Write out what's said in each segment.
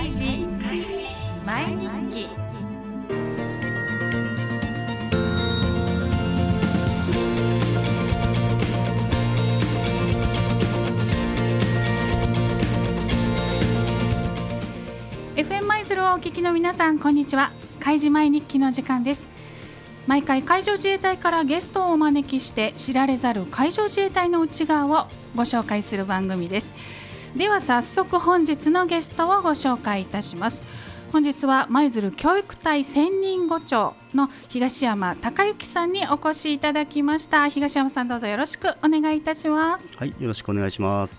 示毎日記。FM 舞鶴をお聞きの皆さん、こんにちは。開示毎日記の時間です。毎回海上自衛隊からゲストをお招きして知られざる海上自衛隊の内側をご紹介する番組です。では早速本日のゲストをご紹介いたします。本日は舞鶴教育隊専任護長の東山孝之さんにお越しいただきました。東山さん、どうぞよろしくお願いいたします。 はい、よろしくお願いします。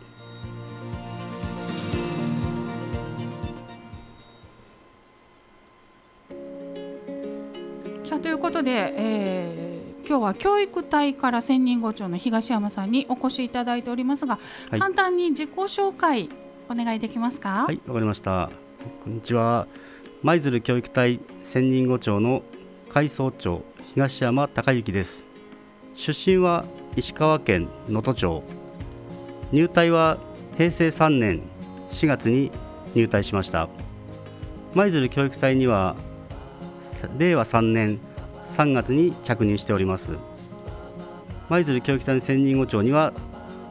さあ、ということで、今日は教育隊から専任護長の東山さんにお越しいただいておりますが、はい、簡単に自己紹介お願いできますか。 はい、わかりました。こんにちは。舞鶴教育隊専任護長の海曹長東山孝之です。出身は石川県能登町。入隊は平成3年4月に入隊しました。舞鶴教育隊には令和3年3月に着任しております。舞鶴教育隊の専任護長には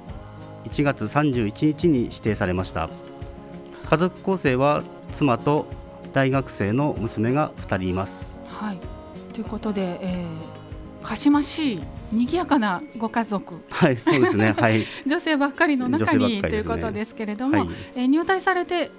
1月31日に指定されました。家族構成は妻と大学生の娘が2人います。 はい、ということで、かしましい賑やかなご家族、 はい、そうですね、はい、 女性ばっかりの中に、ということですけれども、はい、入隊されて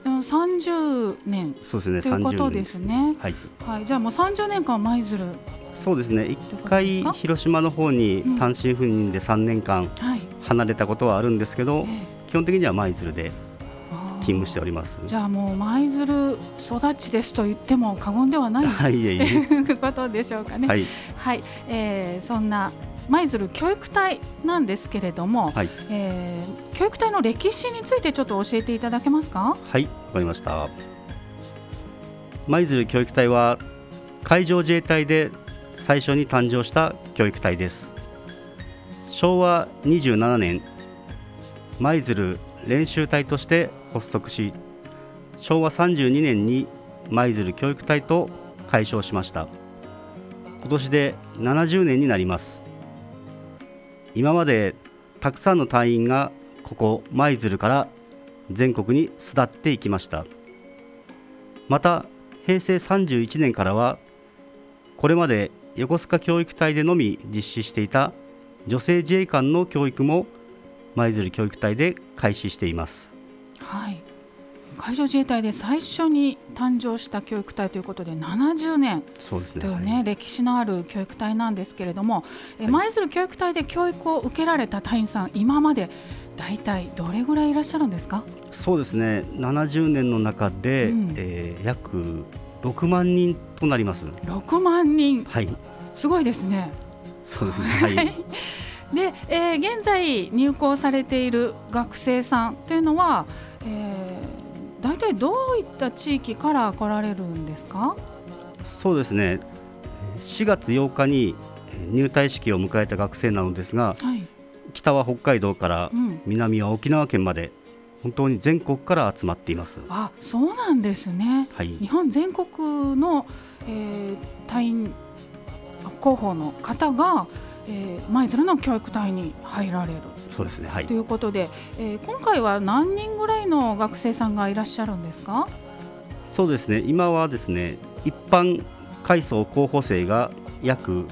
30年、 そうですね、 ということですね。 はいはい、じゃあもう30年間舞鶴。 そうですね、1回広島の方に単身赴任で3年間離れたことはあるんですけど、基本的には舞鶴で勤務しております。 じゃあもう舞鶴育ちですと言っても過言ではない、 はい、ということでしょうかね。 はい、 はい、そんな舞鶴教育隊なんですけれども、はい、教育隊の歴史についてちょっと教えていただけますか。 はい、わかりました。舞鶴教育隊は海上自衛隊で最初に誕生した教育隊です。昭和27年舞鶴練習隊として発足し、昭和32年に舞鶴教育隊と改称しました。今年で70年になります。今までたくさんの隊員がここ舞鶴から全国に巣立っていきました。また平成31年からはこれまで横須賀教育隊でのみ実施していた女性自衛官の教育も舞鶴教育隊で開始しています。 はい、海上自衛隊で最初に誕生した教育隊ということで70年というね、歴史のある教育隊なんですけれども、舞鶴教育隊で教育を受けられた隊員さん、今まで大体どれぐらいいらっしゃるんですか。 そうですね、70年の中で、約6万人となります。 6万人、 はい、 すごいですね。 そうですね、はい、 で、現在入校されている学生さんというのは、大体どういった地域から来られるんですか。 そうですね、4月8日に入隊式を迎えた学生なのですが、はい、北は北海道から南は沖縄県まで、本当に全国から集まっています。 あ、そうなんですね。はい、日本全国の、隊員候補の方が、舞鶴の教育隊に入られる。 そうですね、はい、 ということで、今回は何人ぐらいの学生さんがいらっしゃるんですか。 そうですね、今はですね、一般海曹候補生が約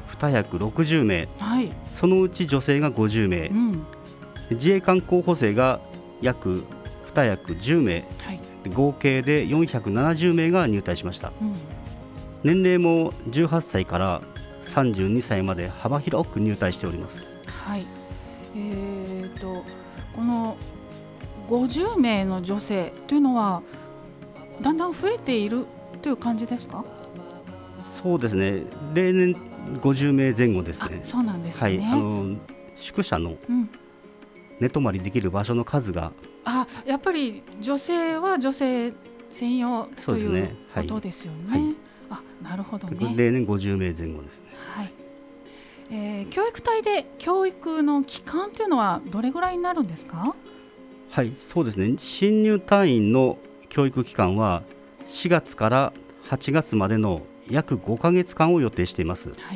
260名、はい、そのうち女性が50名、自衛官候補生が約210名、はい、合計で470名が入隊しました。年齢も18歳から32歳まで幅広く入隊しております。 はい、この50名の女性というのはだんだん増えているという感じですか。 そうですね、例年50名前後ですね。 そうなんですね。 はい、宿舎の寝泊まりできる場所の数が、 やっぱり女性は女性専用ということですよね。はいはい、なるほどね。 例年50名前後ですね。 はい、教育隊で教育の期間というのはどれぐらいになるんですか？ はい、そうですね、新入隊員の教育期間は 4月から8月までの約5ヶ月間を予定しています。 はい、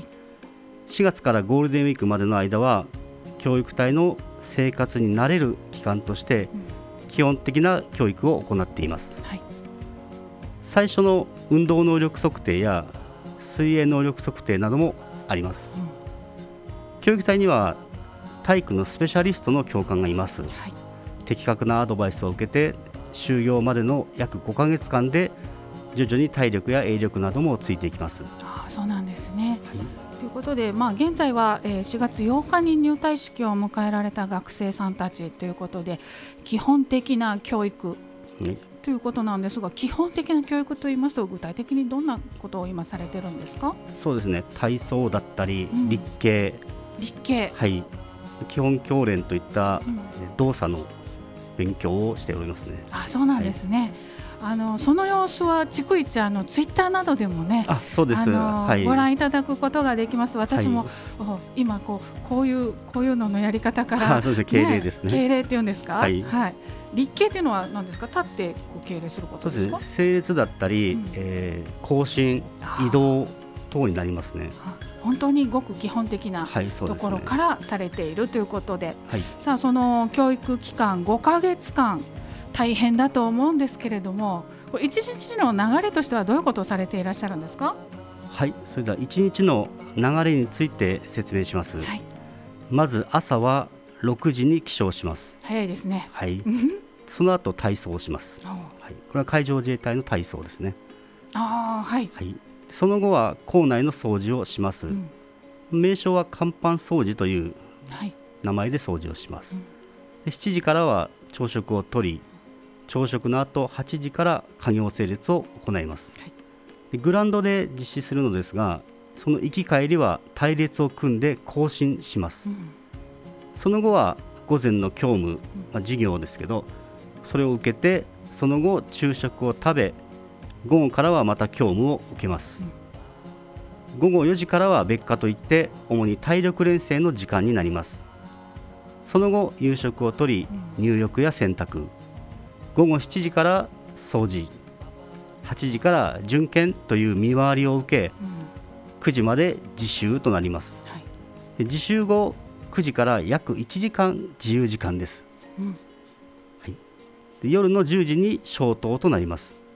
4月からゴールデンウィークまでの間は教育隊の生活に慣れる期間として基本的な教育を行っています。 はい、 最初の運動能力測定や水泳能力測定などもあります。教育隊には体育のスペシャリストの教官がいます。 はい、 的確なアドバイスを受けて就業までの約5ヶ月間で徐々に体力や泳力などもついていきます。 そうなんですね。 はい、 ということで、現在は4月8日に入隊式を迎えられた学生さんたちということで基本的な教育ということなんですが、基本的な教育といいますと具体的にどんなことを今されてるんですか？ そうですね、体操だったり、立系、はい、基本教練といった動作の勉強をしておりますね。 そうなんですね。その様子は逐一ツイッターなどでもね、 そうです、はい、 ご覧いただくことができます。私も、今こういうののやり方から、 そうですね、敬礼ですね。 敬礼っていうんですか？ はい、 立系というのは何ですか？立って敬礼することですか？ そうですね、整列だったり、行進、移動等になりますね。 本当にごく基本的なところからされているということで、さあその教育期間5ヶ月間大変だと思うんですけれども、一日の流れとしてはどういうことをされていらっしゃるんですか？ はい、それでは一日の流れについて説明します。 はい、 まず朝は6時に起床します。 早いですね。 はい、その後体操をします。はい、これは海上自衛隊の体操ですね。 はい、 はい、その後は校内の掃除をします。名称は甲板掃除という名前で掃除をします。で7時からは朝食をとり、朝食の後8時から課業整列を行います。でグラウンドで実施するのですが、その行き帰りは隊列を組んで行進します。その後は午前の教務、授業ですけど、それを受けてその後昼食を食べ、午後からはまた教務を受けます。午後4時からは別課といって主に体力練成の時間になります。その後夕食をとり、入浴や洗濯、午後7時から掃除、8時から巡検という見回りを受け、9時まで自習となります。で自習後9時から約1時間自由時間です。で夜の10時に消灯となります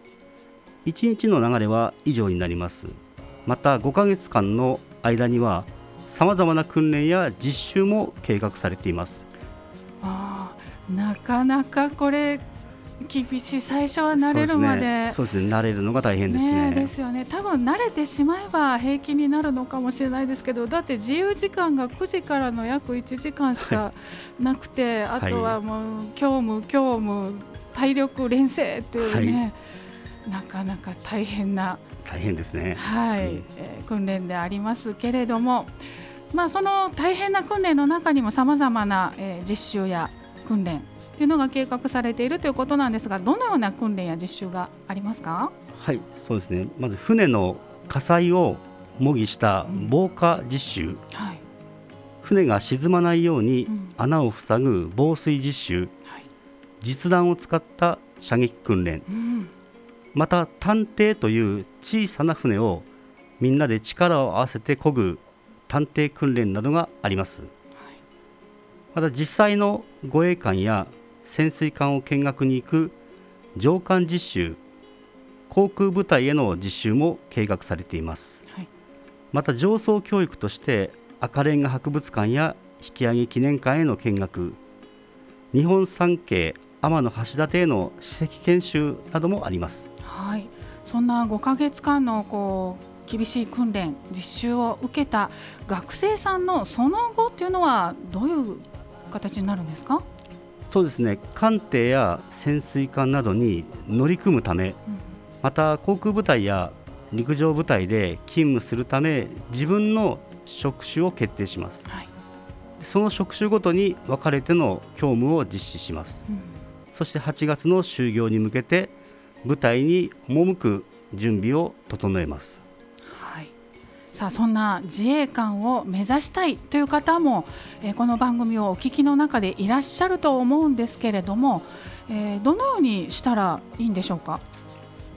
。1日の流れは以上になります。また5ヶ月間の間にはさまざまな訓練や実習も計画されています。 なかなかこれ厳しい。最初は慣れるまで、 そうですね、慣れるのが大変ですね。 ですよね。多分慣れてしまえば平気になるのかもしれないですけど、だって自由時間が9時からの約1時間しかなくて、あとはもう教務、体力練成っていうね、なかなか大変ですね。訓練でありますけれども、その大変な訓練の中にもさまざまな実習や訓練というのが計画されているということなんですが、どのような訓練や実習がありますか？ はい、そうですね。まず船の火災を模擬した防火実習、船が沈まないように穴を塞ぐ防水実習、実弾を使った射撃訓練、また探偵という小さな船をみんなで力を合わせて漕ぐ探偵訓練などがあります。また実際の護衛艦や潜水艦を見学に行く上艦実習、航空部隊への実習も計画されています。また上層教育として赤レンガ博物館や引き上げ記念館への見学、日本三景天橋立への史跡研修などもあります。 そんな5ヶ月間の厳しい訓練実習を受けた学生さんのその後というのはどういう形になるんですか？ そうですね、艦艇や潜水艦などに乗り組むため、また航空部隊や陸上部隊で勤務するため自分の職種を決定します。その職種ごとに分かれての教務を実施します。そして8月の就業に向けて部隊に赴く準備を整えます。 さあそんな自衛官を目指したいという方も、この番組をお聞きの中でいらっしゃると思うんですけれども、どのようにしたらいいんでしょうか？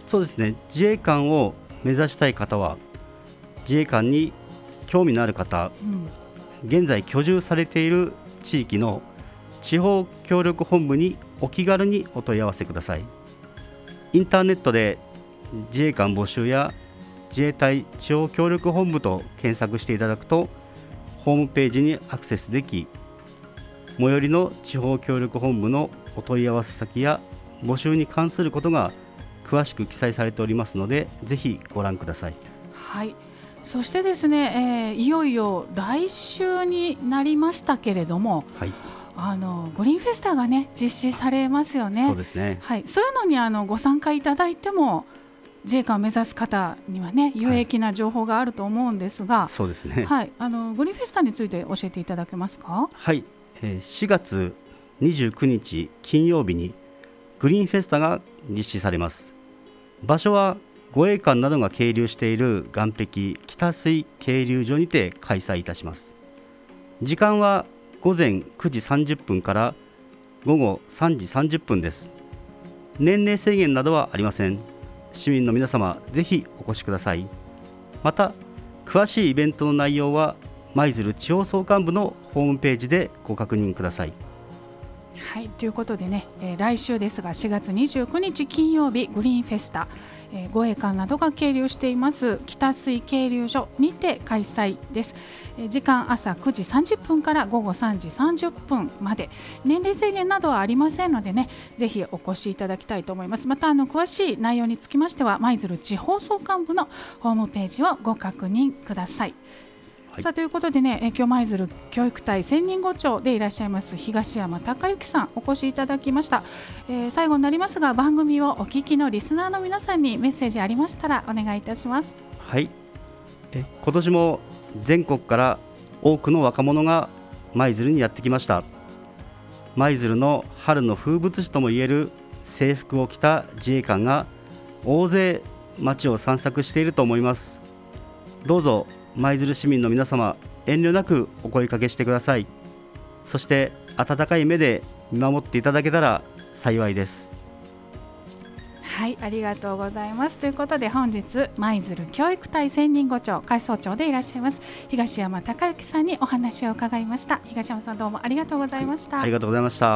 そうですね、自衛官を目指したい方は、自衛官に興味のある方、現在居住されている地域の地方協力本部にお気軽にお問い合わせください。インターネットで自衛官募集や自衛隊地方協力本部と検索していただくと、ホームページにアクセスでき、最寄りの地方協力本部のお問い合わせ先や募集に関することが詳しく記載されておりますので、ぜひご覧ください。 はい、そしてですね、いよいよ来週になりましたけれども、 はい、 グリーンフェスタがね実施されますよね。 そうですね、 はい、そういうのにご参加いただいても自衛官を目指す方にはね有益な情報があると思うんですが、 そうですね、 はい、グリーンフェスタについて教えていただけますか。 はい、4月29日金曜日にグリーンフェスタが実施されます。場所は護衛艦などが係留している岸壁北水係留所にて開催いたします。時間は午前9時30分から午後3時30分です。年齢制限などはありません。市民の皆様、ぜひお越しください。また詳しいイベントの内容は舞鶴地方総監部のホームページでご確認ください。 はい、ということでね、来週ですが4月29日金曜日グリーンフェスタ、護衛艦などが係留しています北水係留所にて開催です。時間朝9時30分から午後3時30分まで、年齢制限などはありませんのでね、ぜひお越しいただきたいと思います。また詳しい内容につきましては舞鶴地方総監部のホームページをご確認ください。さあということでね、今日舞鶴教育隊専任護長でいらっしゃいます東山孝之さんお越しいただきました。最後になりますが、番組をお聞きのリスナーの皆さんにメッセージありましたらお願いいたします。 はい、今年も全国から多くの若者が舞鶴にやってきました。舞鶴の春の風物詩ともいえる制服を着た自衛官が大勢街を散策していると思います。どうぞ舞鶴市民の皆様、遠慮なくお声かけしてください。そして温かい目で見守っていただけたら幸いです。 はい、ありがとうございます。ということで本日舞鶴教育隊専任護長海曹長でいらっしゃいます東山孝之さんにお話を伺いました。東山さん、どうもありがとうございました。 ありがとうございました。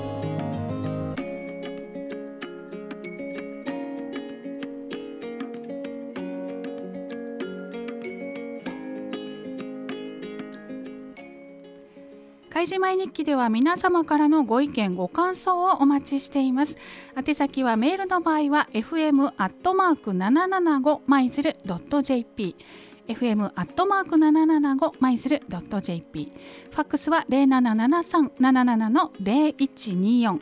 開示前日記では皆様からのご意見ご感想をお待ちしています。宛先はメールの場合は fm@775 舞鶴 .jp fm@775 舞鶴 .jp、 ファックスは 0773-77-0124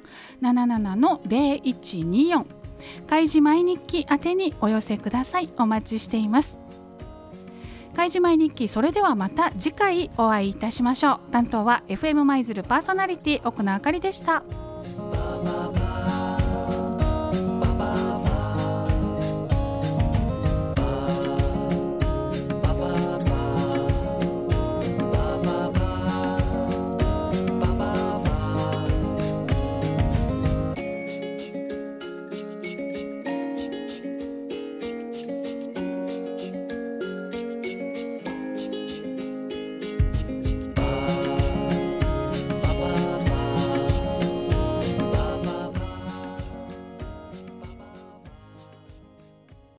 77-0124、開示前日記宛てにお寄せください。お待ちしています。開示前日記、それではまた次回お会いいたしましょう。担当は FM 舞鶴パーソナリティ奥野あかりでした。